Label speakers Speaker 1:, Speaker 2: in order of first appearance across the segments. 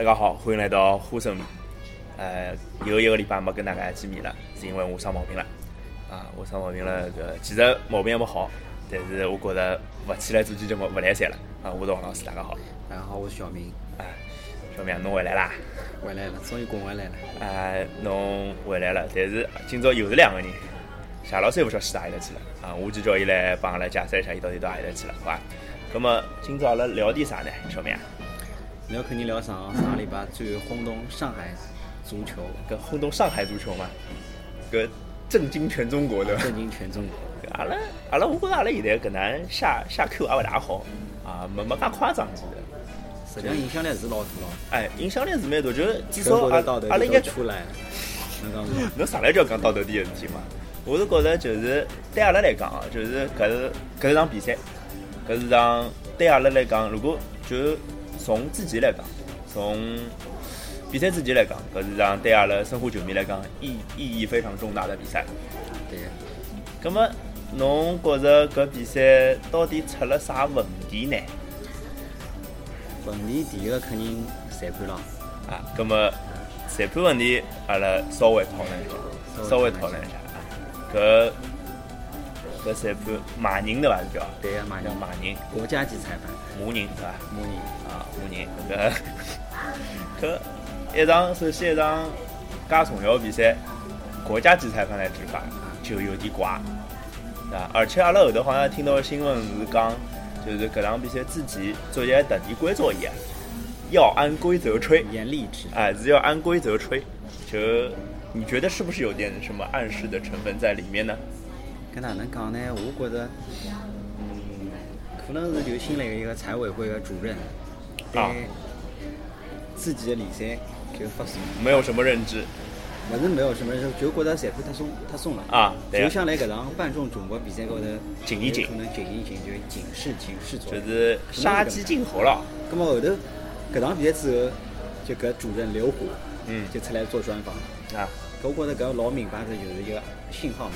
Speaker 1: 大家好，欢迎来到花生米。有一个礼拜没跟大家见面了，是因为我生毛病了。我生毛病了，其实毛病还没好，但是我觉得勿起来做期节目勿来三了。我是王老师，大家好。
Speaker 2: 大家好，我是小明。
Speaker 1: 小明，侬回来啦？
Speaker 2: 回来了，终于滚回来了。
Speaker 1: 侬回来了，但是今朝又是两个人。夏老师也勿晓得去哪里去了我就叫伊来帮阿拉解释一下，伊到底到哪里去了，好吧？那么今朝阿拉聊点啥呢，小明？
Speaker 2: 肯定聊上礼拜最轰动上海足球，
Speaker 1: 跟轰动上海足球嘛，跟震惊全中国的。
Speaker 2: 震惊全中国。
Speaker 1: 阿拉，我觉着阿拉现在搿能下 Q 也勿大好没介夸张其实。
Speaker 2: 实际上影响力是老大
Speaker 1: 影响力是蛮大，就是至少阿拉应该
Speaker 2: 出来。
Speaker 1: 侬上来就要讲道德点的事体嘛。我是觉着就是对阿拉来讲就是搿是场比赛，搿是场对阿拉来讲，如果就从自己来讲，从比赛自己来讲，搿是场对阿拉申花球迷来讲意义非常重大的比赛。
Speaker 2: 对。
Speaker 1: 葛末侬觉着搿比赛到底出了啥问题呢？
Speaker 2: 问题第一个肯定裁判了。
Speaker 1: 葛末裁判问题阿拉稍微讨论一下。搿裁判马宁对伐？是叫？
Speaker 2: 对个，马宁。国家级裁判。
Speaker 1: 马宁对伐？
Speaker 2: 马宁。
Speaker 1: 搿首先一场介重要的比赛，国家级裁判来执法就有点怪，对伐？而且阿拉后头好像听到新闻是讲，就是搿场比赛之前作业特地规作业，要按规则吹，
Speaker 2: 严厉执
Speaker 1: 是要按规则吹。就你觉得是不是有点什么暗示的成分在里面呢？
Speaker 2: 搿哪能讲呢？我觉着，可能是就新来的一个财委会的主任，对自己的联赛就发送，
Speaker 1: 没有什么认知，
Speaker 2: 不是没有什么认知，就觉得裁判太松了就想来搿场半众中国比赛高头
Speaker 1: 紧一紧，
Speaker 2: 可能紧一紧，就警示作用，
Speaker 1: 就是杀鸡儆猴了。
Speaker 2: 那么后头搿场比赛之后，就搿主任刘虎，就出来做专访我觉得搿老明白的就是一个信号嘛。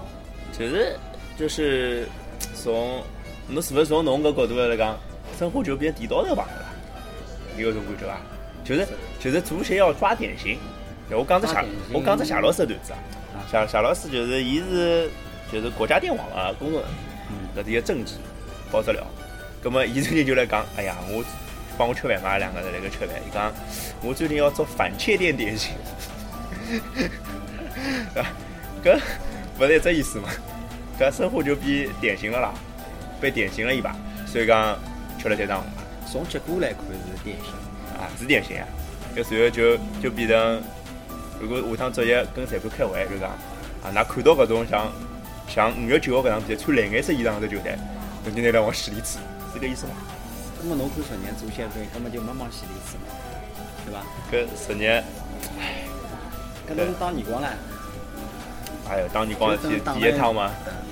Speaker 1: 就是从侬是不是从侬搿角度来讲，申花就变地道头棒了，有搿种感觉伐？就是足协要抓典型。我讲只夏老师的段子夏老师就是伊就是国家电网的工作人员，搿是一个政治爆资料。葛末伊最近就来讲，哎呀，我帮我吃饭嘛，两个人来搿吃饭，伊讲我最近要做反窃电典型。搿勿是一只意思嘛？搿申花就变典型了啦，被典型了一把，所以讲吃了3张红牌。
Speaker 2: 从结果来看是典型
Speaker 1: 是典型搿随后就变成，如果下趟作业跟裁判开会就讲㑚看到搿种像5月9号搿场比赛穿蓝颜色衣裳的球队，侬就拿来往死里处，是搿意思吗？
Speaker 2: 那么侬看10年足协队，根本就没往死里处嘛，对伐？
Speaker 1: 搿10年，
Speaker 2: 搿侬当年光了。
Speaker 1: 当年光是第一趟嘛。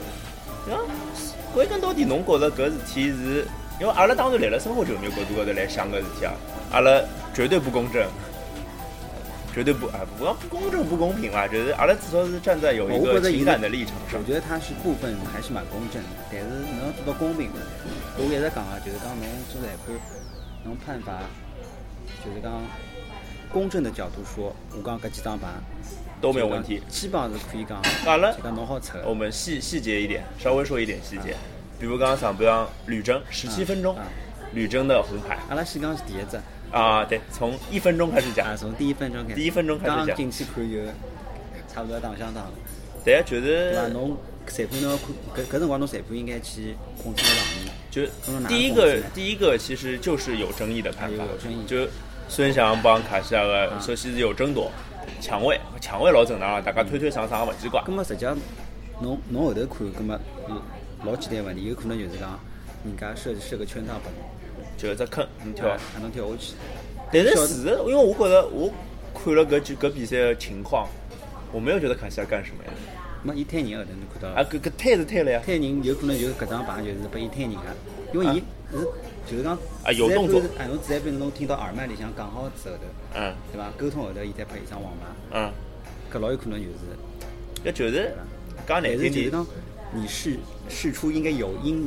Speaker 1: 归根到底，侬觉着搿事体是，因为阿拉当然来了申花球迷角度高头来想搿事体阿拉绝对不公正，绝对不公正不公平嘛，就是阿拉至少是站在有一个情感的立场上。
Speaker 2: 我觉得他是部分还是蛮公正的，但是能做到公平的，我一直讲就是讲侬做裁判，侬判罚，就是讲公正的角度说，我讲搿几张牌
Speaker 1: 都没有问题，
Speaker 2: 基本上是可以讲。
Speaker 1: 好了，
Speaker 2: 侬好扯。
Speaker 1: 我们细节一点，稍微说一点细节，比如刚刚上半场吕征17分钟，吕征的红牌。
Speaker 2: 阿拉先讲是第一只。
Speaker 1: 对，从1分钟开始讲。
Speaker 2: 从第1分钟开始。
Speaker 1: 第1分钟开始讲。
Speaker 2: 刚进去看就差不多打相打了。
Speaker 1: 对，就是。
Speaker 2: 对伐？侬裁判侬搿辰光侬裁判应该去控制场面。
Speaker 1: 就第一个其实就是有争议的判罚，
Speaker 2: 有争议。
Speaker 1: 就孙祥帮卡西亚个首先是有争夺。抢位老正常大家推上勿奇怪。
Speaker 2: 咁么实际上，侬后头看，咁么老简单问题，有可能就是讲，人家设个圈套本，
Speaker 1: 就只坑你跳，
Speaker 2: 能跳下去。
Speaker 1: 但是事实，因为我觉得我看了搿比赛的情况，我没有觉得卡西亚干什么呀。
Speaker 2: 没伊推人后头侬看到
Speaker 1: 搿推是推了呀。
Speaker 2: 推人有可能就是搿张牌就是拨伊推人因为伊是就是讲
Speaker 1: 有动作。
Speaker 2: 侬自然侬听到耳麦里向讲好之后头，对伐？沟通后头，伊再拍一张黄牌，搿老有可能就是，
Speaker 1: 搿就是讲难听点，
Speaker 2: 就是讲你事出应该有因嘛，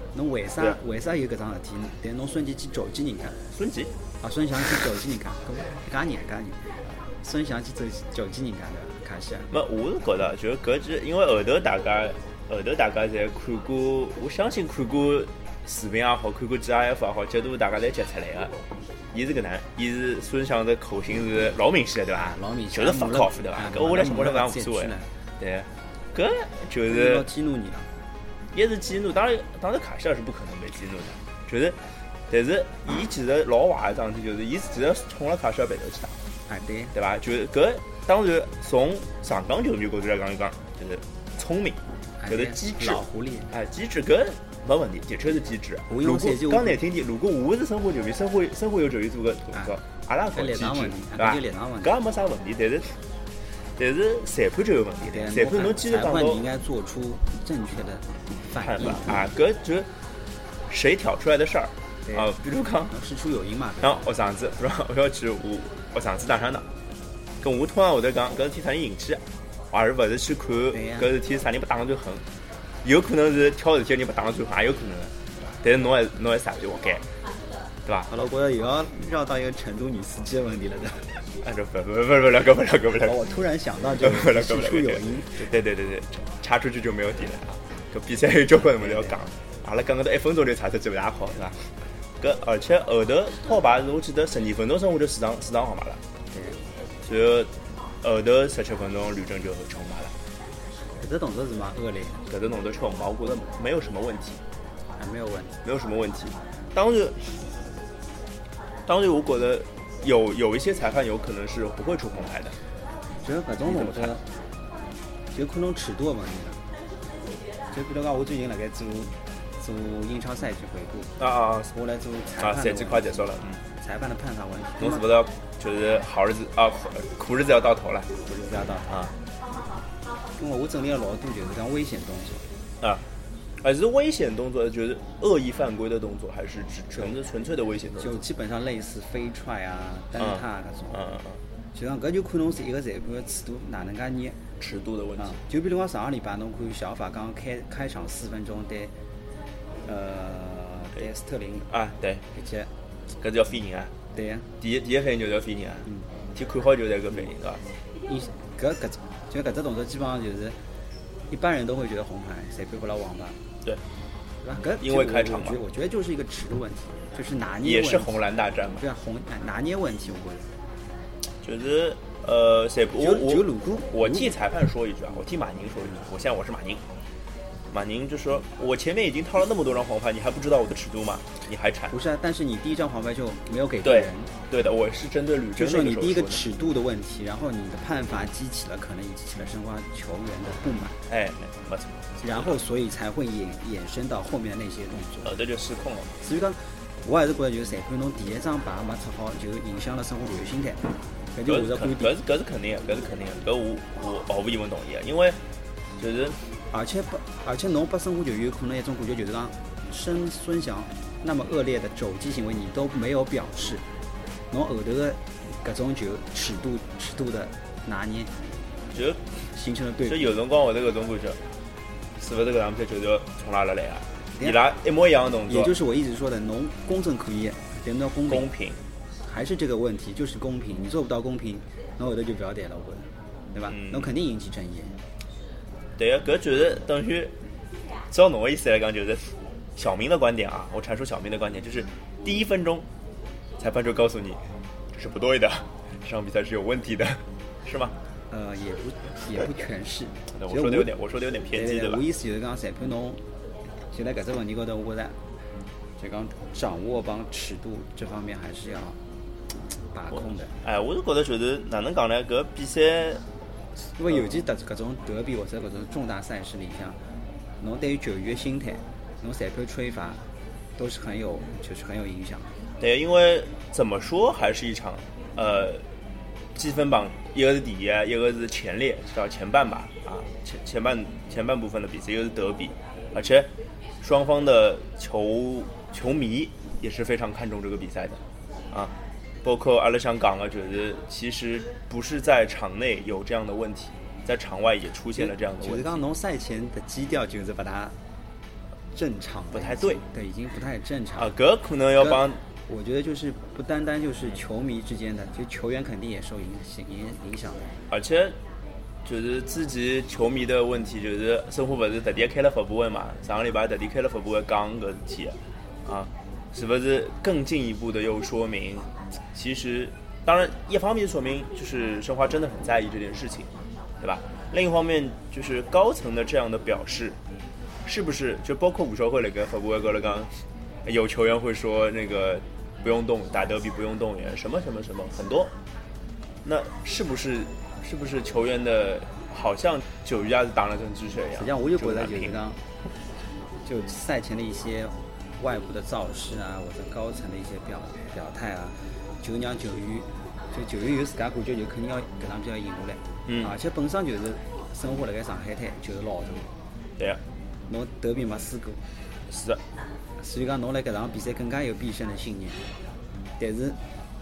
Speaker 2: 侬为啥有搿桩事体？但侬瞬间去召集人家，孙翔去召集人家，搿家人，孙翔去召集人家对伐？卡西尔。
Speaker 1: 没，我是觉得就搿只，因为后头大家侪看过，我相信看过视频也好，看过 GIF 也好，截图大家侪截出来个。伊是搿能，伊是孙翔的口型是老明显的对伐？
Speaker 2: 老明显，
Speaker 1: 就是 fuck off 对伐？搿我来讲无所谓。对，搿就是
Speaker 2: 激怒你了。
Speaker 1: 也是激怒，当然卡西尔是不可能被激怒的，就是，但是伊其实老坏的桩事体，就是伊其实冲了卡西尔背头去打，对吧？就是搿当然从上港球迷角度来讲一讲，就是聪明，就是机智，
Speaker 2: 老狐狸，
Speaker 1: 机智搿没问题，的确是机智。如果讲难听点，如果我是申花球迷，申花有球员做个动作，阿拉讲机智，对吧？搿也没啥问题，但是裁判就有问题的，裁判侬既然讲到，
Speaker 2: 你应该做出正确的反应
Speaker 1: 啊，搿就谁挑出来的事儿啊，比如讲
Speaker 2: 事出有因嘛。
Speaker 1: 像学生子是吧？我要去学生子打上打，跟我通常会得讲搿事体啥人引起，而勿是去看搿事体啥人把打得最狠，有可能是挑事体人把打得最狠，也有可能，但是侬还啥就活该，对吧？
Speaker 2: 好了，我觉得又要绕到一个成都女司机的问题了的。
Speaker 1: 这不了。
Speaker 2: 我突然想到这个事出有因。
Speaker 1: 对，插出去就没有底了啊！搿比赛有交关问题要讲，阿拉讲搿1分钟就插出去勿大好，是吧？搿而且后头套牌是我记得12分钟生活就4场号码了，对。然后后头17分钟吕征就吃红牌了。
Speaker 2: 搿只动作是蛮恶劣，
Speaker 1: 搿只动作吃红牌，我觉得没有什么问题，
Speaker 2: 没
Speaker 1: 有什么问题。当然，我觉得。有一些裁判有可能是不会出红牌的，
Speaker 2: 就搿种动作，就可能尺度的问题了。就比如讲，我最近辣盖做英超赛季回顾我来做裁判。
Speaker 1: 赛季快结束了，
Speaker 2: 裁判的判罚问题。
Speaker 1: 侬是不是要就是好日子苦日子要到头了？
Speaker 2: 因为我整理了老多就是讲危险动作
Speaker 1: 还是危险动作，就是恶意犯规的动作，还是纯粹的危险动作？
Speaker 2: 就基本上类似飞踹啊、单踏搿种。就讲搿就看侬是一个裁判的尺度哪能介捏。
Speaker 1: 尺度的问题。
Speaker 2: 就比如讲上个礼拜侬看小法刚开场4分钟对斯特林
Speaker 1: 对，搿是要飞人啊。
Speaker 2: 对呀。
Speaker 1: 第一反应就是要飞人啊。天看好就在搿反应对伐？
Speaker 2: 搿只动作基本上就是一般人都会觉得红牌，裁判不了黄牌。
Speaker 1: 对
Speaker 2: 吧？
Speaker 1: 因为开场嘛，
Speaker 2: 我觉得就是一个尺度问题，就是拿捏
Speaker 1: 也是红蓝大战嘛。
Speaker 2: 对啊，拿捏问题，我
Speaker 1: 觉得。就是裁判，我替裁判说一句啊，我替马宁说一句，我是马宁。马宁就说：“我前面已经掏了那么多张黄牌，你还不知道我的尺度吗？你还铲？”
Speaker 2: 不是啊，但是你第一张黄牌就没有给对人。
Speaker 1: 对的，我是针对吕征。
Speaker 2: 就是说你第一个尺度的问题，然后你的判罚激起了申花球员的不满。
Speaker 1: 没错。
Speaker 2: 然后所以才会衍生到后面的那些动作。
Speaker 1: 这就失控了。
Speaker 2: 所以讲，我还是觉得就是裁判侬第一张牌没出好，就影响了申花队的心态。搿是
Speaker 1: 肯定的，搿我毫无疑问同意的，因为就是。
Speaker 2: 而且侬拨申花球员有可能一种感觉就是讲，孙翔那么恶劣的肘击行为你都没有表示，侬后头的搿种就尺度的拿捏，
Speaker 1: 就
Speaker 2: 形成了对比。
Speaker 1: 所以有辰光会得搿种感觉，是勿是搿场比赛就是要冲拉来啊？伊拉一模一样的动作。
Speaker 2: 也就是我一直说的，侬公正可以，但侬要公
Speaker 1: 平，还
Speaker 2: 是这个问题，就是公平。你做不到公平，侬后头就不要谈了，我觉得，对吧？侬肯定引起争议。
Speaker 1: 对啊，搿就是等于，照侬的意思来讲，就是小明的观点啊。我阐述小明的观点，就是第1分钟，裁判就告诉你这是不对的，这场比赛是有问题的，是吗？
Speaker 2: 也不全是。
Speaker 1: 我说的有点偏激，对吧？
Speaker 2: 我意思就是讲裁判侬就在搿只问题高头，我觉得就讲掌握帮尺度这方面还是要把控的。
Speaker 1: 我是觉得就是哪能讲呢？搿比赛。
Speaker 2: 因为尤其搿种德比或者搿种重大赛事里向，侬对于球员的心态，侬裁判吹罚，都是很有影响的。
Speaker 1: 对，因为怎么说还是一场积分榜一个是第一，一个是前列，到前半吧前半部分的比赛，一个是德比，而且双方的球迷也是非常看重这个比赛的包括阿拉想讲的，就是其实不是在场内有这样的问题，在场外也出现了这样的问题。
Speaker 2: 就是讲侬赛前的基调就是把它正常，
Speaker 1: 不太对，
Speaker 2: 对，已经不太正常
Speaker 1: 啊。搿可能要帮，
Speaker 2: 我觉得就是不单单就是球迷之间的，就球员肯定也受影响的。
Speaker 1: 而且就是自己球迷的问题，就是申花不是特地开了发布会嘛？上个礼拜特地开了发布会讲搿事体啊，是不是更进一步的又说明，其实当然一方面说明就是申花真的很在意这件事情，对吧？另一方面就是高层的这样的表示，是不是就包括吴少辉那个发布会高头讲，有球员会说那个不用动打德比不用动员什么什么什么很多，那是不是球员的好像9月是当了成支持一样？
Speaker 2: 实际上我就觉得就是讲，就赛前的一些外部的造势啊，或者高层的一些表态啊，就让球员有自家感觉就肯定要搿场比赛赢下来。而且本身就是申花辣盖上海滩就是老大。
Speaker 1: 对呀。
Speaker 2: 侬德比没输过。
Speaker 1: 是的。
Speaker 2: 所以讲侬辣搿场比赛更加有必胜的信念。但是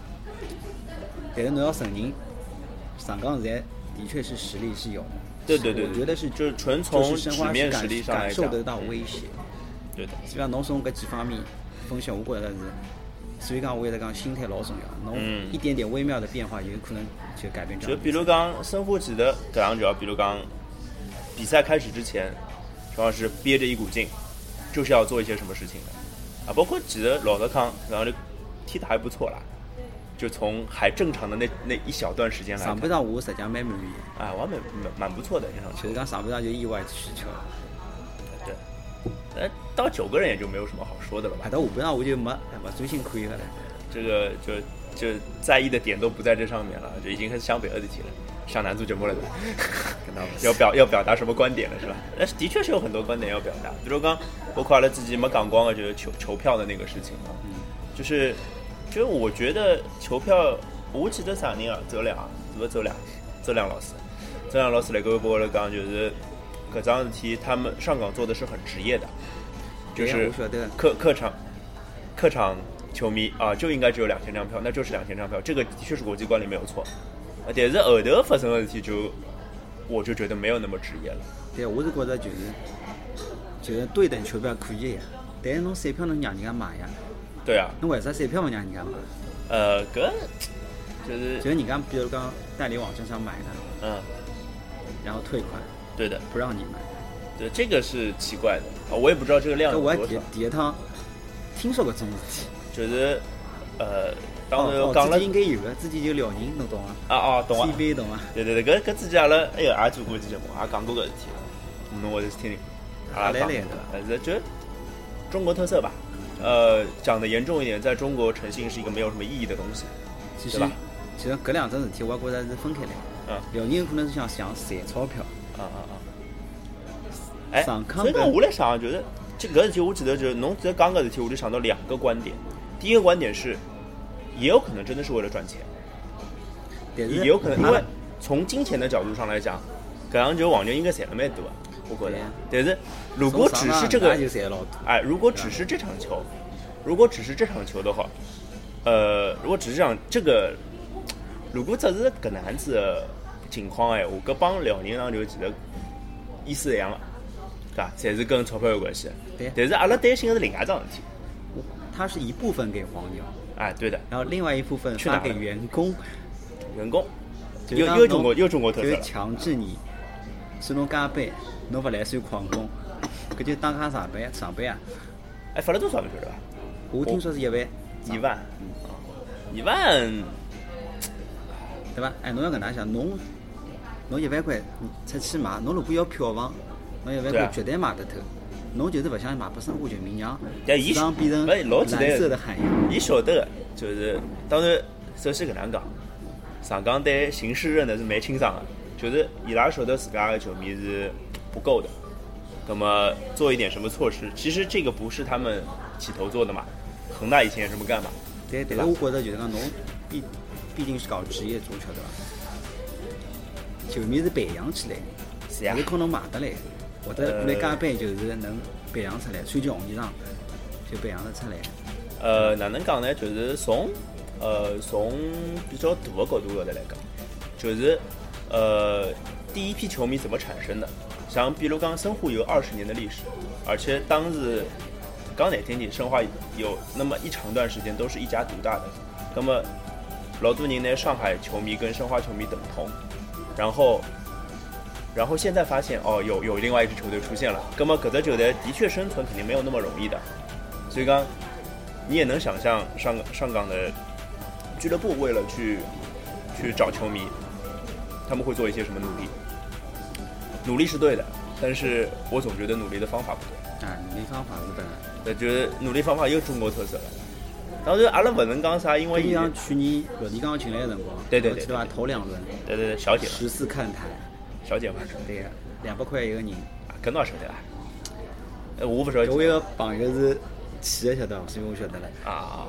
Speaker 2: 侬要承认，上港现在的确是实力是有的。
Speaker 1: 对，
Speaker 2: 我觉得是
Speaker 1: 就是纯从纸面实力上来讲，
Speaker 2: 感受得到威胁。
Speaker 1: 对的。
Speaker 2: 所以讲侬从搿几方面分析，我觉得是。所以讲，我也在讲心态老重要。侬一点点微妙的变化，有可能就改变。
Speaker 1: 就比如讲，申花记得搿场就要，比如讲比赛开始之前，主要是憋着一股劲，就是要做一些什么事情的啊。包括记得老德康，然后就踢得还不错啦，就从还正常的那一小段时间来看。
Speaker 2: 上半场我实际上蛮满意。
Speaker 1: 啊，我蛮不错的那场球。
Speaker 2: 就是讲上半场就意外取球。
Speaker 1: 对。到9个人也就没有什么好说的了吧？
Speaker 2: 到下半场我就没专心看了。
Speaker 1: 这个就在意的点都不在这上面了，就已经开始想别的事体了，上男足节目了的，要表达什么观点了是吧？但是的确是有很多观点要表达，比如刚包括阿拉自己没讲光的，就是球票的那个事情嘛，就是我觉得球票，我记得啥人啊？周亮老师来个微博来讲，就是搿桩事体，他们上港做的是很职业的，就是客场球迷啊，就应该只有2000张票，那就是2000张票，这个的确是国际惯例没有错。但是后头发生的事体我就觉得没有那么职业了。
Speaker 2: 对，我是觉得就是对等球票可以呀，但是侬彩票能让人家买呀？
Speaker 1: 对啊。
Speaker 2: 侬为啥彩票不让人家买？
Speaker 1: 搿就是
Speaker 2: 人家比如讲代理网站上买的，然后退款，
Speaker 1: 对的，
Speaker 2: 不让你买。
Speaker 1: 对，这个是奇怪的我也不知道这个量有多少。
Speaker 2: 我第一趟听说过这种事体。
Speaker 1: 就是当时讲了，
Speaker 2: 自己应该有的，自己就辽宁，侬懂
Speaker 1: 啊？懂啊。
Speaker 2: CBA 懂啊？
Speaker 1: 对，搿自己阿拉也做过一期节目，也讲过搿事体。侬我是听
Speaker 2: 来的。
Speaker 1: 但是就中国特色吧。讲的严重一点，在中国诚信是一个没有什么意义的东西，对吧？
Speaker 2: 其实搿两桩事体，我觉着是分开来。辽宁可能是想赚钞票。
Speaker 1: 所以讲我来想，就是这个事体，我记得就是侬在讲搿事体，我就想到2个观点。第一个观点是，也有可能真的是为了赚钱，也有可能因为从金钱的角度上来讲，搿样就黄牛应该赚了蛮多，我觉得。但是如果只是这个，如果只是这场球的话，如果只是这个，如果只是搿样子的情况我搿帮辽宁上就其实意思一样了，对吧？侪是跟钞票有关系。但是阿拉担心的是另外一桩事体。
Speaker 2: 它是一部分给黄牛，
Speaker 1: 对的，
Speaker 2: 然后另外一部分发给员工，又中国特色了，就是强制你，是侬加班，侬不来算旷工，搿就打卡上班啊。
Speaker 1: 发了多少个晓得吧？
Speaker 2: 我听说是1万
Speaker 1: ，1万，1万，
Speaker 2: 对吧？侬要搿能想，侬1万块出去买，侬如果要票房，侬1万块绝对买得透。侬就是不想买拨申花球迷，让市场变成蓝色的海洋。
Speaker 1: 伊晓得的，就是当然，首先搿能讲，上港对形势认的是蛮清爽的，就是伊拉晓得自家的球迷是不够的，那么做一点什么措施？其实这个不是他们起头做的嘛，恒大以前也这么干嘛。
Speaker 2: 对，但是我觉得就是讲侬毕竟是搞职业足球对吧？球迷是培养起来的，
Speaker 1: 是呀，
Speaker 2: 有可能买得来。或者过来加班就是能培养出来，穿件红衣裳就培养得出来。
Speaker 1: 哪能讲呢？就是从比较大的角度高头来讲，就是第一批球迷怎么产生的？ 像比如讲申花有20年的历史，而且当时刚难听点，申花有那么一长段时间都是一家独大的，那么老多人呢，上海球迷跟申花球迷等同，然后现在发现哦，有另外一支球队出现了，那么搿只球队的确生存肯定没有那么容易的，所以讲你也能想象上港的俱乐部为了去找球迷，他们会做一些什么努力？努力是对的，但是我总觉得努力的方法不对。
Speaker 2: 努力方法是对的。
Speaker 1: 对，就是努力方法有中国特色了。当然，阿拉不能讲啥，因为
Speaker 2: 像去年陆地刚进来的辰光，
Speaker 1: 对，
Speaker 2: 对吧？头2轮，
Speaker 1: 对，小姐
Speaker 2: 14看台，
Speaker 1: 小姐嘛，
Speaker 2: 对个，200块一个人，
Speaker 1: 搿哪晓得啦？我不晓得。
Speaker 2: 我一个朋友是去的，晓得，所以我晓得了。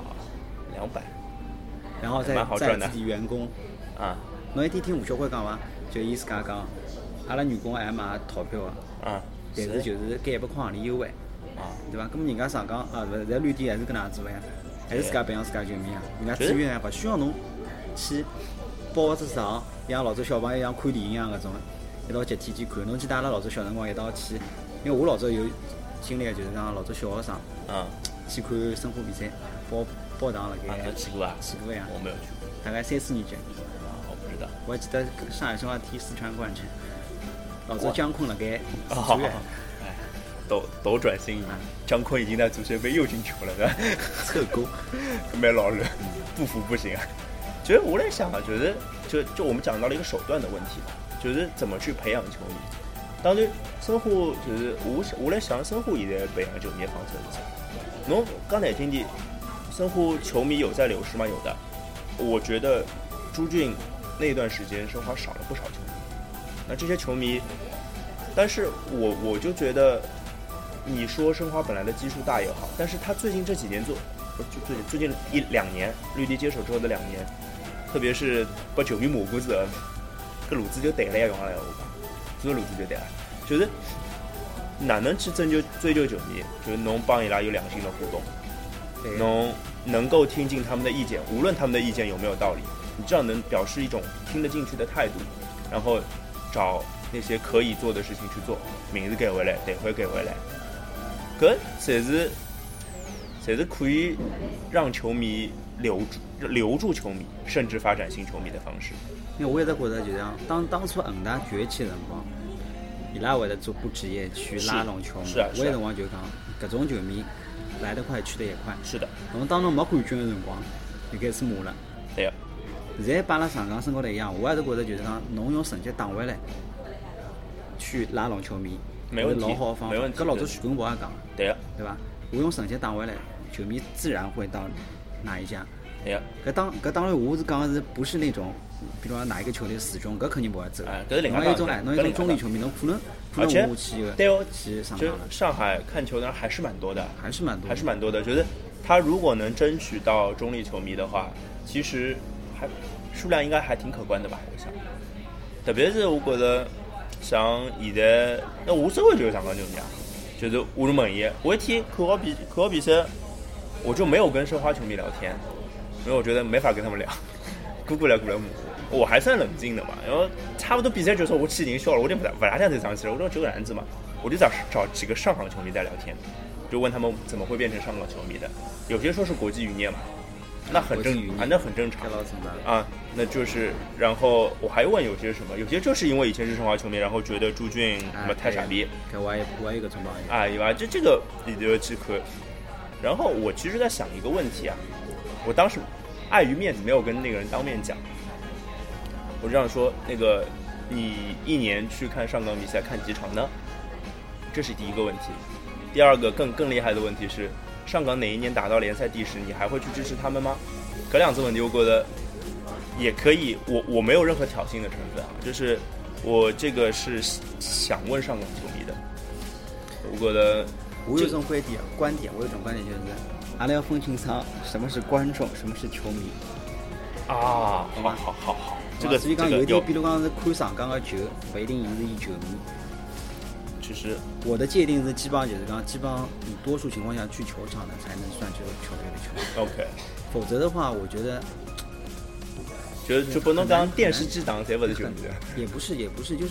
Speaker 1: 200，
Speaker 2: 然后再自己员工
Speaker 1: 啊，
Speaker 2: 侬一天听吴小辉讲伐？就伊自家讲，阿拉员工还买套票个
Speaker 1: 啊，
Speaker 2: 但是就是减100块行钿优惠
Speaker 1: 啊，
Speaker 2: 对伐？咁么人家上港勿是在绿地还是搿能样做呀？还是自家培养自家球迷啊？人家资源啊，勿需要侬去包只场，像老早小朋友一样看电影一样搿种，一道集体去看。侬记得阿拉老早小辰光一道去，因为我老早有经历，就是讲老早小学生去看申花比赛，包场辣盖。
Speaker 1: 去过啊？
Speaker 2: 去过呀。
Speaker 1: 我没有去过。
Speaker 2: 大概3、4年前。
Speaker 1: 我不知道。
Speaker 2: 我还记得上海申花踢四川冠城，老早姜昆辣盖主演。
Speaker 1: 都转型，姜昆已经在足协杯又进球了，对吧？
Speaker 2: 侧勾，
Speaker 1: 蛮老了，不服不行啊！其实我在想啊，就是就我们讲到了一个手段的问题嘛，就是怎么去培养球迷。当然，申花就是我来想，申花现在培养球迷的方式是啥？侬刚才听的，申花球迷有在流失吗？有的。我觉得朱俊那段时间申花少了不少球迷，那这些球迷，但是我就觉得。你说申花本来的基数大也好，但是他最近这几年最近1-2年绿地接手之后的2年，特别是把球迷抹过子，搿路子就对了呀，用下来我讲，这个路子就对了，就是哪能去追究球迷，就是侬帮伊拉有良性的互动，侬能够听进他们的意见，无论他们的意见有没有道理，你至少能表示一种听得进去的态度，然后找那些可以做的事情去做，名字给回来，得会给回来。搿才是可以让球迷留住球迷，甚至发展新球迷的方式。
Speaker 2: 因为我一直觉得，就像当初恒大崛起的辰光，伊拉会得做部职业去拉拢球迷。我有辰光就讲，搿种球迷来得快，去得也快。
Speaker 1: 是的。
Speaker 2: 当侬没冠军的辰光，就开始骂了。
Speaker 1: 对呀。
Speaker 2: 现在把阿拉上港升高头一样，我还是觉得就是讲，侬用成绩打回来，去拉拢球迷。
Speaker 1: 没问题，
Speaker 2: 老好的方法。搿老早徐根宝也讲，
Speaker 1: 对呀，
Speaker 2: 对吧？我用成绩打回来，球迷自然会到哪一家。
Speaker 1: 对呀。
Speaker 2: 搿当然，我是讲的是不是那种，比如说哪一个球队死忠，搿肯定不会走。
Speaker 1: 搿是另外
Speaker 2: 一种侬一种中立球迷，侬可能下去
Speaker 1: 对哦，
Speaker 2: 去上
Speaker 1: 港了。上海看球的人还是蛮多的，
Speaker 2: 还是
Speaker 1: 蛮多的。觉得他如果能争取到中立球迷的话，其实还数量应该还挺可观的吧？我想，特别是我觉得。像现在，那我周围就是上港球迷啊，就是我就问伊，我一天看好比赛，我就没有跟申花球迷聊天，因为我觉得没法跟他们聊，过来骂我还算冷静的嘛，然后差不多比赛结束，我气已经消了，我就不大想再上去了，我说这个男子嘛，我就找几个上港球迷在聊天，就问他们怎么会变成上港球迷的，有些说是国际余孽嘛。那很正常啊，那就是，然后我还问有些什么，有些就是因为以前是申花球迷，然后觉得朱俊什么太傻逼，
Speaker 2: 我也一个中报
Speaker 1: 啊，有吧？这个你就去磕。然后我其实在想一个问题啊，我当时碍于面子没有跟那个人当面讲，我这样说，那个你1年去看上港比赛看几场呢？这是第一个问题。第二个更厉害的问题是。上港哪一年打到联赛第10，你还会去支持他们吗？搿两次问题，我觉得也可以。我没有任何挑衅的成分啊，就是我这个是想问上港球迷的。我觉得
Speaker 2: 我有一种观点，我有一种观点就是，阿拉要分清楚什么是观众，什么是球迷。
Speaker 1: 啊，好，这个
Speaker 2: 所以讲有一点，比如讲是看上港的球，不一定是以球迷。
Speaker 1: 其实
Speaker 2: 我的界定是基本上就是讲，基本上你多数情况下去球场的才能算这个球队的球迷。
Speaker 1: OK，
Speaker 2: 否则的话，我觉得
Speaker 1: 就不能讲电视机档才不是球迷的。
Speaker 2: 也不是，就是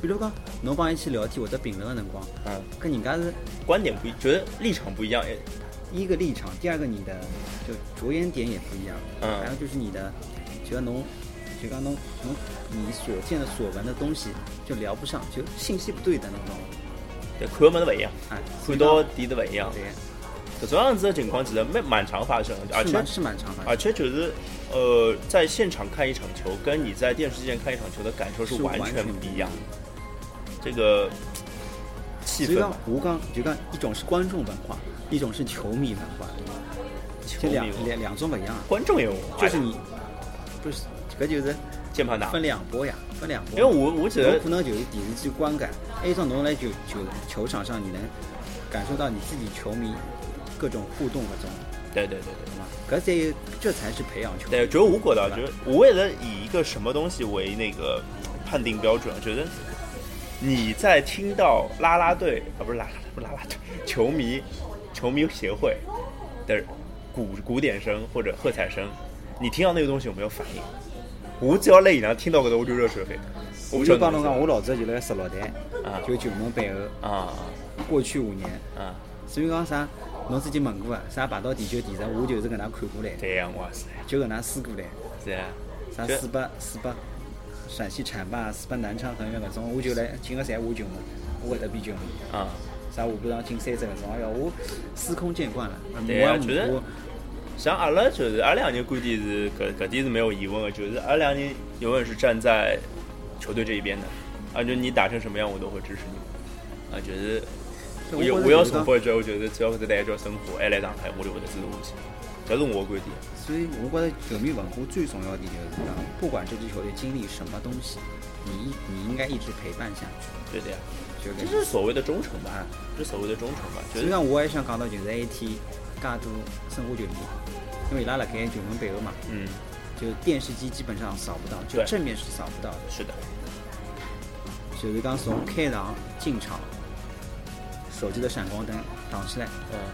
Speaker 2: 比如讲，侬帮伊去聊天或者评论的辰光，跟人家是
Speaker 1: 观点不一，觉得立场不一样。
Speaker 2: 一个立场，第二个你的就着眼点也不一样，还有就是你的，觉得侬你所见的所闻的东西就聊不上，就信息不对等那种。
Speaker 1: 对，看么子不一样，看到点都不一样。
Speaker 2: 对，
Speaker 1: 这种样子的情况其实蛮常发生的，而且
Speaker 2: 是蛮常发生的。
Speaker 1: 而且就是在现场看一场球，跟你在电视机前看一场球的感受是完全不一样的。这个气氛嘛，
Speaker 2: 我讲就讲一种是观众文化，一种是球迷文化，就两种不一样。
Speaker 1: 观众也有，
Speaker 2: 就是你不是这个就是
Speaker 1: 键盘党
Speaker 2: 分两波呀，分两波。
Speaker 1: 因为我觉得
Speaker 2: 可能就是电视机观感，一种侬来球场上你能感受到你自己球迷各种互动那种。
Speaker 1: 对，
Speaker 2: 这才是培养球。
Speaker 1: 对，就是我觉得，就是我为了以一个什么东西为那个判定标准，觉得你在听到啦啦队不是啦啦队，球迷协会的鼓点声或者喝彩声，你听到那个东西有没有反应？我只要在现场听到搿个，我就热血沸腾。
Speaker 2: 我就帮侬讲，我老早就辣16台，就九门背后过去5年所以讲啥？侬之前问过啥排到第9、第10，我就是搿能看过来。
Speaker 1: 对呀，哇塞，
Speaker 2: 就搿能输过来。
Speaker 1: 是啊。
Speaker 2: 啥400陕西浐灞、400南昌恒源搿种，我就来进个侪我球门，我搿搭比球门。啥下半场进3只搿种，哎呀，我司空见惯了。
Speaker 1: 对呀，就是。像阿拉就是阿拉两人观点是搿点是没有疑问的，就是阿拉两人永远是站在球队这一边的，就你打成什么样我都会支持你，就是我要重复一句，我觉得只要搿只代表生活还来上海，我就会支持下去，这是我的观点。
Speaker 2: 所以我觉得球迷文化最重要的就是讲，不管这支球队经历什么东西，你应该一直陪伴下去。
Speaker 1: 对的呀，这是所谓的忠诚吧，这是所谓的忠诚吧。
Speaker 2: 所以讲我也想讲到就是那一天。介多申花球迷，因为伊拉辣盖球门背后嘛，就电视机基本上扫不到，就正面是扫不到的。
Speaker 1: 是的，
Speaker 2: 就是讲从开场进场，手机的闪光灯打起来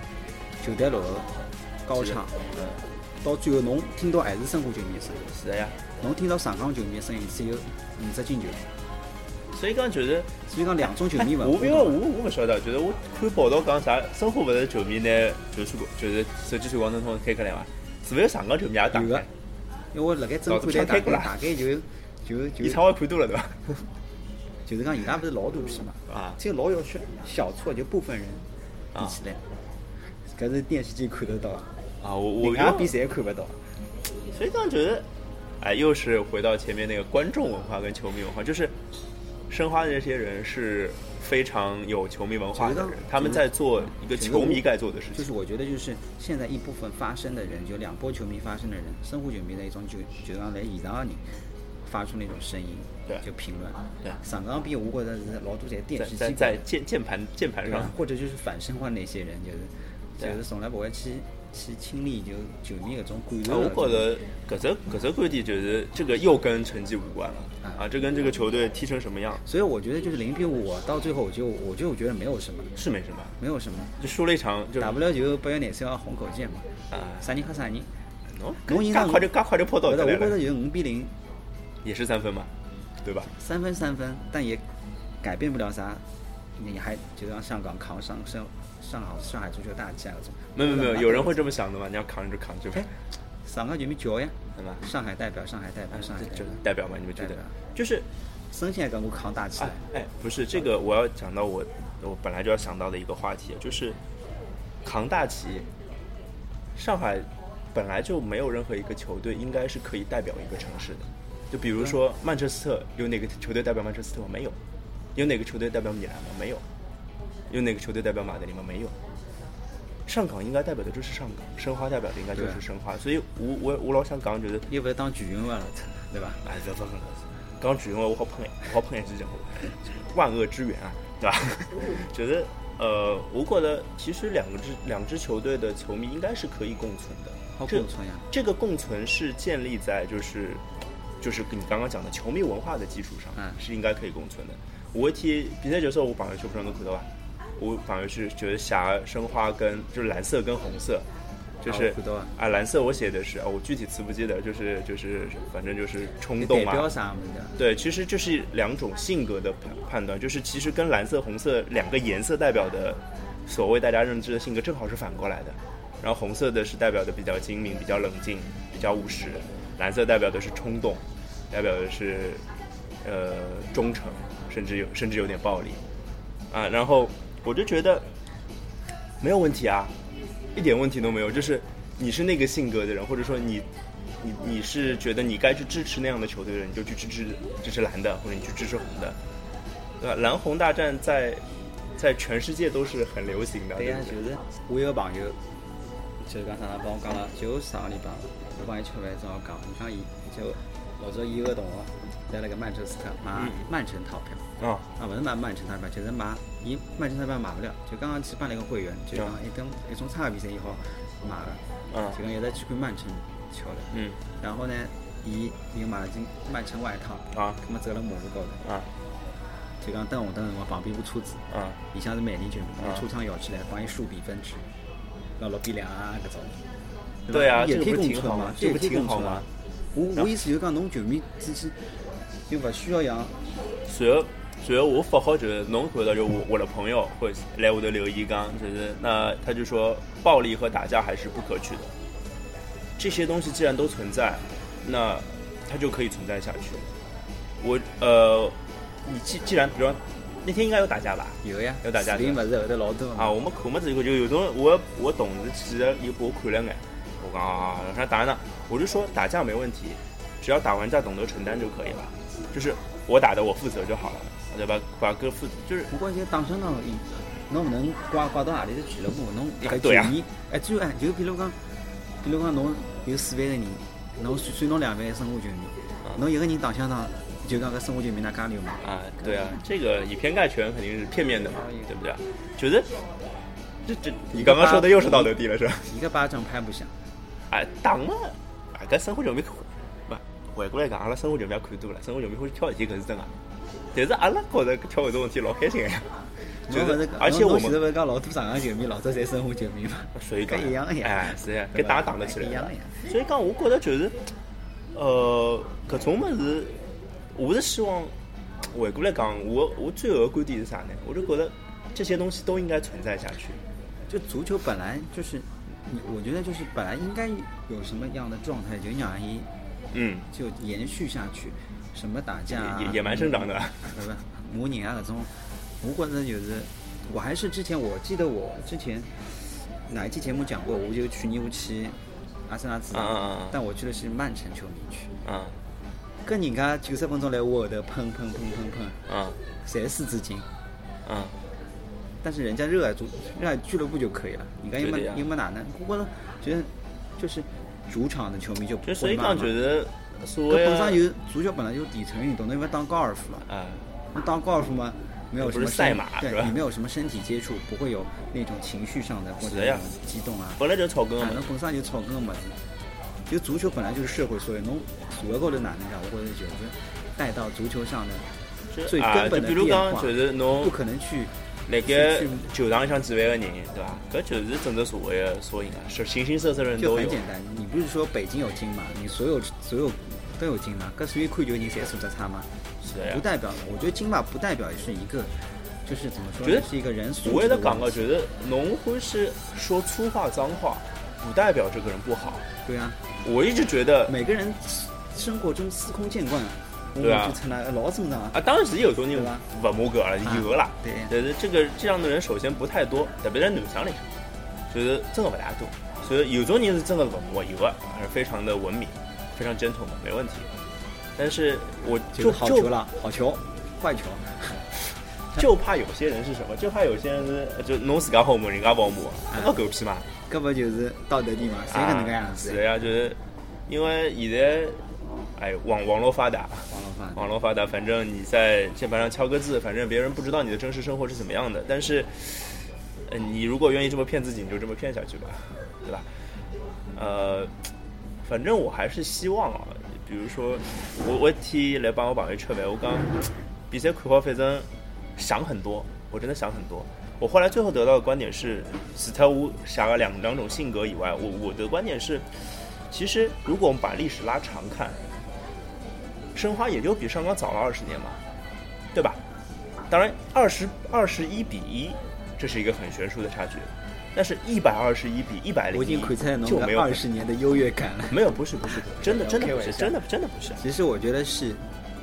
Speaker 2: ，9台落后高唱，到最后侬听到还是申花球迷的声音。
Speaker 1: 是的呀，
Speaker 2: 侬听到上港球迷的声音只有5只进球。
Speaker 1: 所以讲
Speaker 2: 两种球迷文化。
Speaker 1: 我不晓得，就是我看报道讲啥，申花不是球迷呢，就是手机闪光灯开开来嘛，是不是上港球迷也打开？
Speaker 2: 因为我辣盖真看台大概就。
Speaker 1: 你场外看多了对吧？
Speaker 2: 就是讲伊拉不是老大批嘛，这个老有小错就部分人比起来，搿是电视机看得到我家比赛看不到。
Speaker 1: 所以讲就是，又是回到前面那个观众文化跟球迷文化，就是。申花的这些人是非常有球迷文化的人，他们在做一个球迷该做的事情。
Speaker 2: 就是我觉得，就是现在一部分发声的人，就两波球迷发声的人，申花球迷的一种就让来现场的人发出那种声音，就评论。
Speaker 1: 对，
Speaker 2: 上港比我觉得是老多在电视机
Speaker 1: 在键盘上，
Speaker 2: 或者就是反申花那些人，就是从来不会去亲历就球迷搿种感受。
Speaker 1: 我觉得搿只观点就是这个又跟成绩无关了这跟这个球队踢成什么样。
Speaker 2: 所以我觉得就是0比5，到最后我就觉得没有什么，
Speaker 1: 是没什么，
Speaker 2: 没有什么，
Speaker 1: 就输了一场，
Speaker 2: 大不了就8月23号红口见嘛。啥人和啥人，
Speaker 1: 侬赢快就跑到
Speaker 2: 我觉得就是5比0，
Speaker 1: 也是3分嘛，对吧
Speaker 2: ？3分，但也改变不了啥。你还就让香港扛上海足球大旗那种。
Speaker 1: 没有，有人会这么想的吗？你要扛着。
Speaker 2: 上港球迷叫呀，
Speaker 1: 对吧？
Speaker 2: 上海代表，
Speaker 1: 就代表嘛？你们觉得？就是
Speaker 2: 申请跟我扛大旗。
Speaker 1: 不是这个，我要讲到我本来就要想到的一个话题，就是扛大旗。上海本来就没有任何一个球队应该是可以代表一个城市的。就比如说曼彻斯特，有哪个球队代表曼彻斯特吗？没有。有哪个球队代表米兰吗？没有。有哪个球队代表马德里吗？没有。上港应该代表的就是上港，申花代表的应该就是申花，所以我老想讲就是，
Speaker 2: 又不是当全运会了，对吧？
Speaker 1: 这讲全运会我好喷一记万恶之源对吧？觉得我觉得其实两支球队的球迷应该是可以共存的，
Speaker 2: 好共存呀。
Speaker 1: 这个共存是建立在就是你刚刚讲的球迷文化的基础上，是应该可以共存的。我一天比赛结束，我朋友圈不知道能看到吧？我反而是觉得写申花跟就是蓝色跟红色， 就是蓝色我写的是我具体词不记得，就是反正就是冲动嘛。
Speaker 2: 代表啥么的？
Speaker 1: 对，其实这是两种性格的判断，就是其实跟蓝色、红色两个颜色代表的所谓大家认知的性格正好是反过来的。然后红色的是代表的比较精明、比较冷静、比较务实，蓝色代表的是冲动，代表的是忠诚，甚至有点暴力啊。然后我就觉得没有问题啊，一点问题都没有。就是你是那个性格的人，或者说你是觉得你该去支持那样的球队的人，你就去支持蓝的，或者你去支持红的，对吧？蓝红大战在全世界都是很流行的。
Speaker 2: 对呀，就是我有个朋友，就是刚才他帮我讲了，就上个礼拜我帮伊吃饭正好讲，你看伊就老早伊有个同学在那个曼彻斯特买曼城套票。不是买曼城套票，就是买伊曼城套票买不了，就刚刚去办了一个会员，就讲一种差个比赛以后买了，就讲一直去看曼城球的。然后呢，伊又买了件曼城外套，那么走了马路高头，就讲等红灯我旁边部车子，里向是曼联球迷，车窗摇起来帮伊竖比分制，要6-2啊搿种。
Speaker 1: 对啊，
Speaker 2: 也可以
Speaker 1: 挺好吗？这不挺好吗？
Speaker 2: 我意思就是讲，侬球迷之间就勿需要像。
Speaker 1: 随后我发好就是侬看到就我的朋友会来我的留言讲，就是那他就说暴力和打架还是不可取的。这些东西既然都存在，那它就可以存在下去。你既然比如说那天应该有打架吧？
Speaker 2: 有呀，
Speaker 1: 有打架。
Speaker 2: 视频不是后头老多
Speaker 1: 啊，我们看嘛这个就有种我同事记得又给我看了眼，我讲啥打呢？我就说打架没问题，只要打完架懂得承担就可以了，就是我打的我负责就好了。对吧？把各负就是
Speaker 2: 不过就打相当，侬不能挂到哪里的俱乐部，侬一个球迷，最后就比如讲侬有4万个人，侬算侬2万个生活球迷，侬一个人打相当，就讲个生活球迷那加流嘛。
Speaker 1: 对啊，这个以偏概全肯定是片面的嘛，对不对？觉得这你刚刚说的又是道德低了是吧？
Speaker 2: 一个巴掌拍不响。
Speaker 1: 打嘛，搿生活球迷回过来讲，阿拉生活球迷也看多了，生活球迷会挑事体搿是真啊。但是阿拉觉得挑搿种事体老开心个呀，就是而且我们
Speaker 2: 现在不是讲老多上海球迷，老早侪生活球迷嘛，
Speaker 1: 所以讲
Speaker 2: 一样呀，
Speaker 1: 是呀，搿打得起来
Speaker 2: 一样呀。
Speaker 1: 所以讲，我觉得就是搿种物事，我是希望回过来讲，我最后的观点是啥呢？我就觉得这些东西都应该存在下去。
Speaker 2: 就足球本来就是，我觉得就是本来应该有什么样的状态，就让伊就延续下去。什么打架
Speaker 1: 野蛮生长的，
Speaker 2: 对吧？模拟啊，搿种，我觉着就是，我还是之前我记得我之前哪一期节目讲过，我就去尼泊去阿森纳主场，但我去的是曼城球迷区，跟人家90分钟来我后头喷，侪是资金，但是人家热爱俱乐部就可以了，你看又没哪能，我觉得就是主场的球迷就不会
Speaker 1: 所以讲觉得。
Speaker 2: 本上有足球本来就是底层运动，那因为当高尔夫了那当高尔夫嘛，没有什么
Speaker 1: 赛马是吧？
Speaker 2: 你没有什么身体接触，不会有那种情绪上的或者那种激动啊。
Speaker 1: 本来就草根嘛，
Speaker 2: 那本上就草根嘛。就足球本来就是社会素养，侬社会高头哪能讲？我觉得就是带到足球上的最根本的变化，
Speaker 1: 就是侬
Speaker 2: 不可能去。
Speaker 1: 那个球场里向几万个人，对吧？搿就是整个社会的缩影啊，是形形色色的人都有。
Speaker 2: 就很简单，你不是说北京有金嘛？你所有都有金嘛？搿属于看球人侪素质差嘛？
Speaker 1: 是呀。
Speaker 2: 不代表，我觉得金马不代表是一个，就是怎么说？觉得是一个人素质的问题。
Speaker 1: 我也在讲个，觉得侬欢喜说粗话脏话，不代表这个人不好。
Speaker 2: 对啊。
Speaker 1: 我一直觉得
Speaker 2: 每个人生活中司空见惯。
Speaker 1: 对啊，
Speaker 2: 老正常
Speaker 1: 当然是有种人不骂个了，有啦。
Speaker 2: 对，
Speaker 1: 但是这样的人首先不太多，特别在男生里，就是真的不大多。所以有种人是真的不骂，有的还是非常的文明，非常 gentleman， 没问题。但是我就
Speaker 2: 好球了，好球，坏球。
Speaker 1: 就怕有些人是什么？就怕有些人是就侬自家好骂，人家不好骂，那狗屁嘛！
Speaker 2: 搿不就是道德低嘛？谁可能搿样子？
Speaker 1: 是呀，就是因为现在。网络发达，反正你在键盘上敲个字，反正别人不知道你的真实生活是怎么样的。但是，你如果愿意这么骗自己，你就这么骗下去吧，对吧？反正我还是希望啊，比如说我一天来帮我朋友吃饭，我讲比赛看好，反正想很多，我真的想很多。 我后来最后得到的观点是，除脱我写了两种性格以外，我的观点是，其实如果我们把历史拉长看，申花也就比上港早了20年嘛，对吧？当然21-1，这是一个很悬殊的差距。但是121比101，
Speaker 2: 我已经看出来
Speaker 1: 就没有
Speaker 2: 20年的优越感了。
Speaker 1: 没有，不是，真的不是，真的不是。
Speaker 2: 其实我觉得是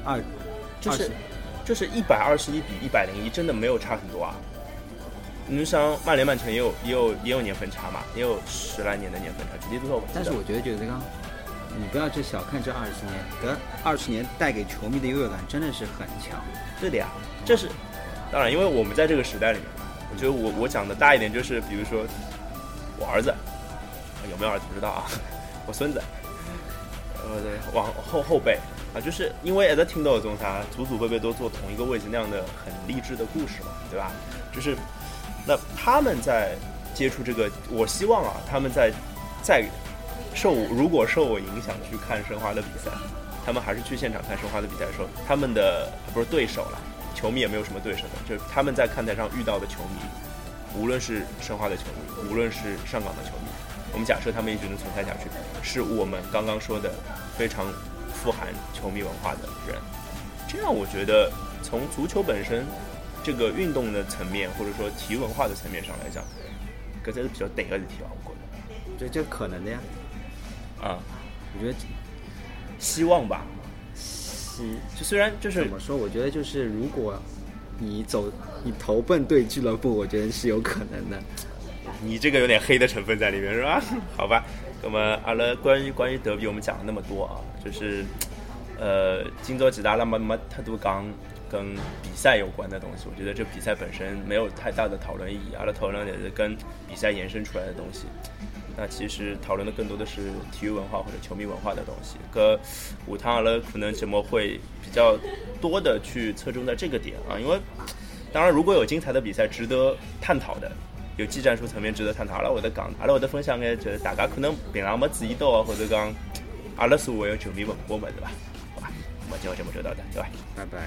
Speaker 1: 就是121比101，真的没有差很多啊。你像曼联、曼城也有年份差嘛，也有10来年的年份差，具体多少？
Speaker 2: 但是我觉得就是刚，你不要去小看这20年，这20年带给球迷的优越感真的是很强。
Speaker 1: 对的呀，这是当然，因为我们在这个时代里面。我觉得我讲的大一点就是，比如说我儿子有没有儿子不知道啊，我孙子，往后辈啊，就是因为一直听到这种啥祖辈辈都坐同一个位置那样的很励志的故事嘛，对吧？就是那他们在接触这个，我希望啊，他们在如果受我影响去看申花的比赛，他们还是去现场看申花的比赛的时候，他们的不是对手了。球迷也没有什么对手的，就是他们在看台上遇到的球迷，无论是申花的球迷，无论是上港的球迷，我们假设他们一直能存在下去，是我们刚刚说的非常富含球迷文化的人。这样我觉得从足球本身这个运动的层面，或者说体育文化的层面上来讲，这才是比较对的事体吧，我觉
Speaker 2: 得这可能的呀。
Speaker 1: 啊，
Speaker 2: 我觉得
Speaker 1: 希望吧。就虽然就是
Speaker 2: 怎么说，我觉得就是如果你投奔对俱乐部，我觉得是有可能的。
Speaker 1: 你这个有点黑的成分在里面是吧？好吧，那么阿拉关于德比我们讲了那么多啊，就是今朝其实阿拉没太多讲跟比赛有关的东西，我觉得这比赛本身没有太大的讨论意义，阿拉讨论也是跟比赛延伸出来的东西。那其实讨论的更多的是体育文化或者球迷文化的东西。下趟阿拉可能节目会比较多的去侧重在这个点啊，因为当然如果有精彩的比赛值得探讨的，有技战术层面值得探讨，阿拉会得分享眼就是大家可能平常没注意到或者讲阿拉所谓的球迷文化嘛，对吧？好吧，那么今天节目就到这，对吧？
Speaker 2: 拜拜。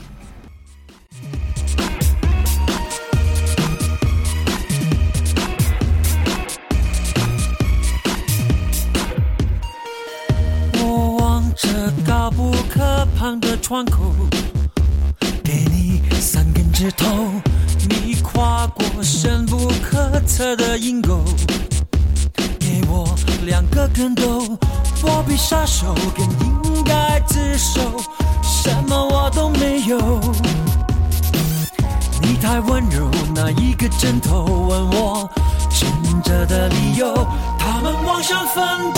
Speaker 3: 高不可攀的窗口，给你3根指头，你跨过深不可测的阴沟，给我2个跟斗，我比杀手更应该自首，什么我都没有。你太温柔，那一个针头问我撑着的理由，他们妄想奋斗，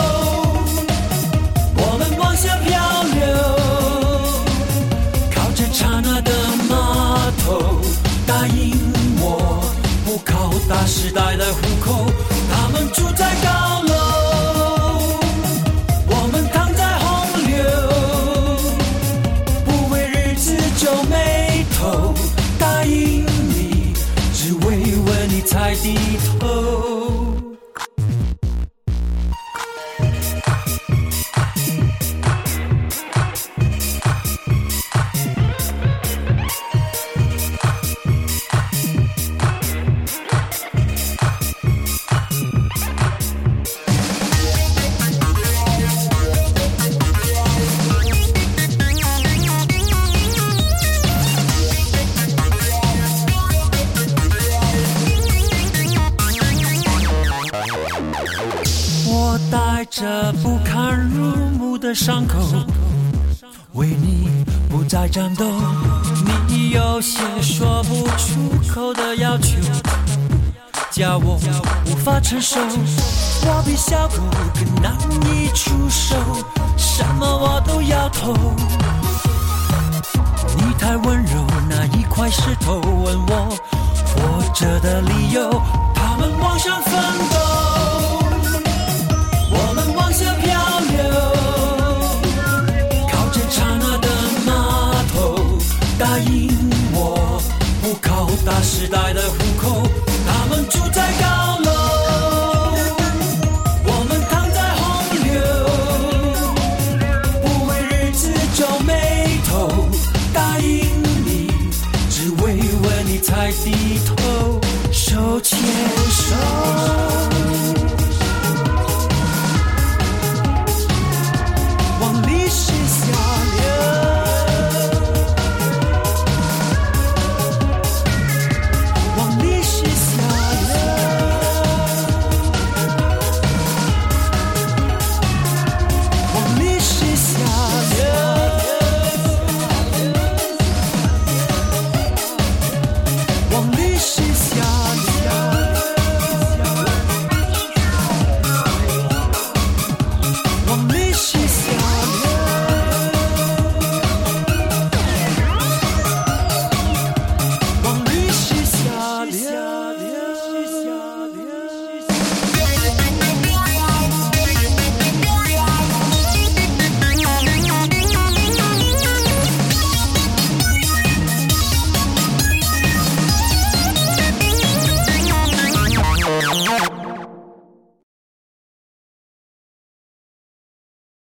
Speaker 3: 我们往下漂流，靠着刹那的码头，答应我不靠大时代的户口，他们住在高楼，我们躺在洪流，不为日子皱眉头，答应你只为为你才低头。这不堪入目的伤口，为你不再战斗，你有些说不出口的要求，叫我无法承受，我比小狗更难以出手，什么我都摇头。你太温柔，那一块石头问我活着的理由，他们妄想奋斗，我们往下漂流，靠着刹那的码头，答应我不靠大时代的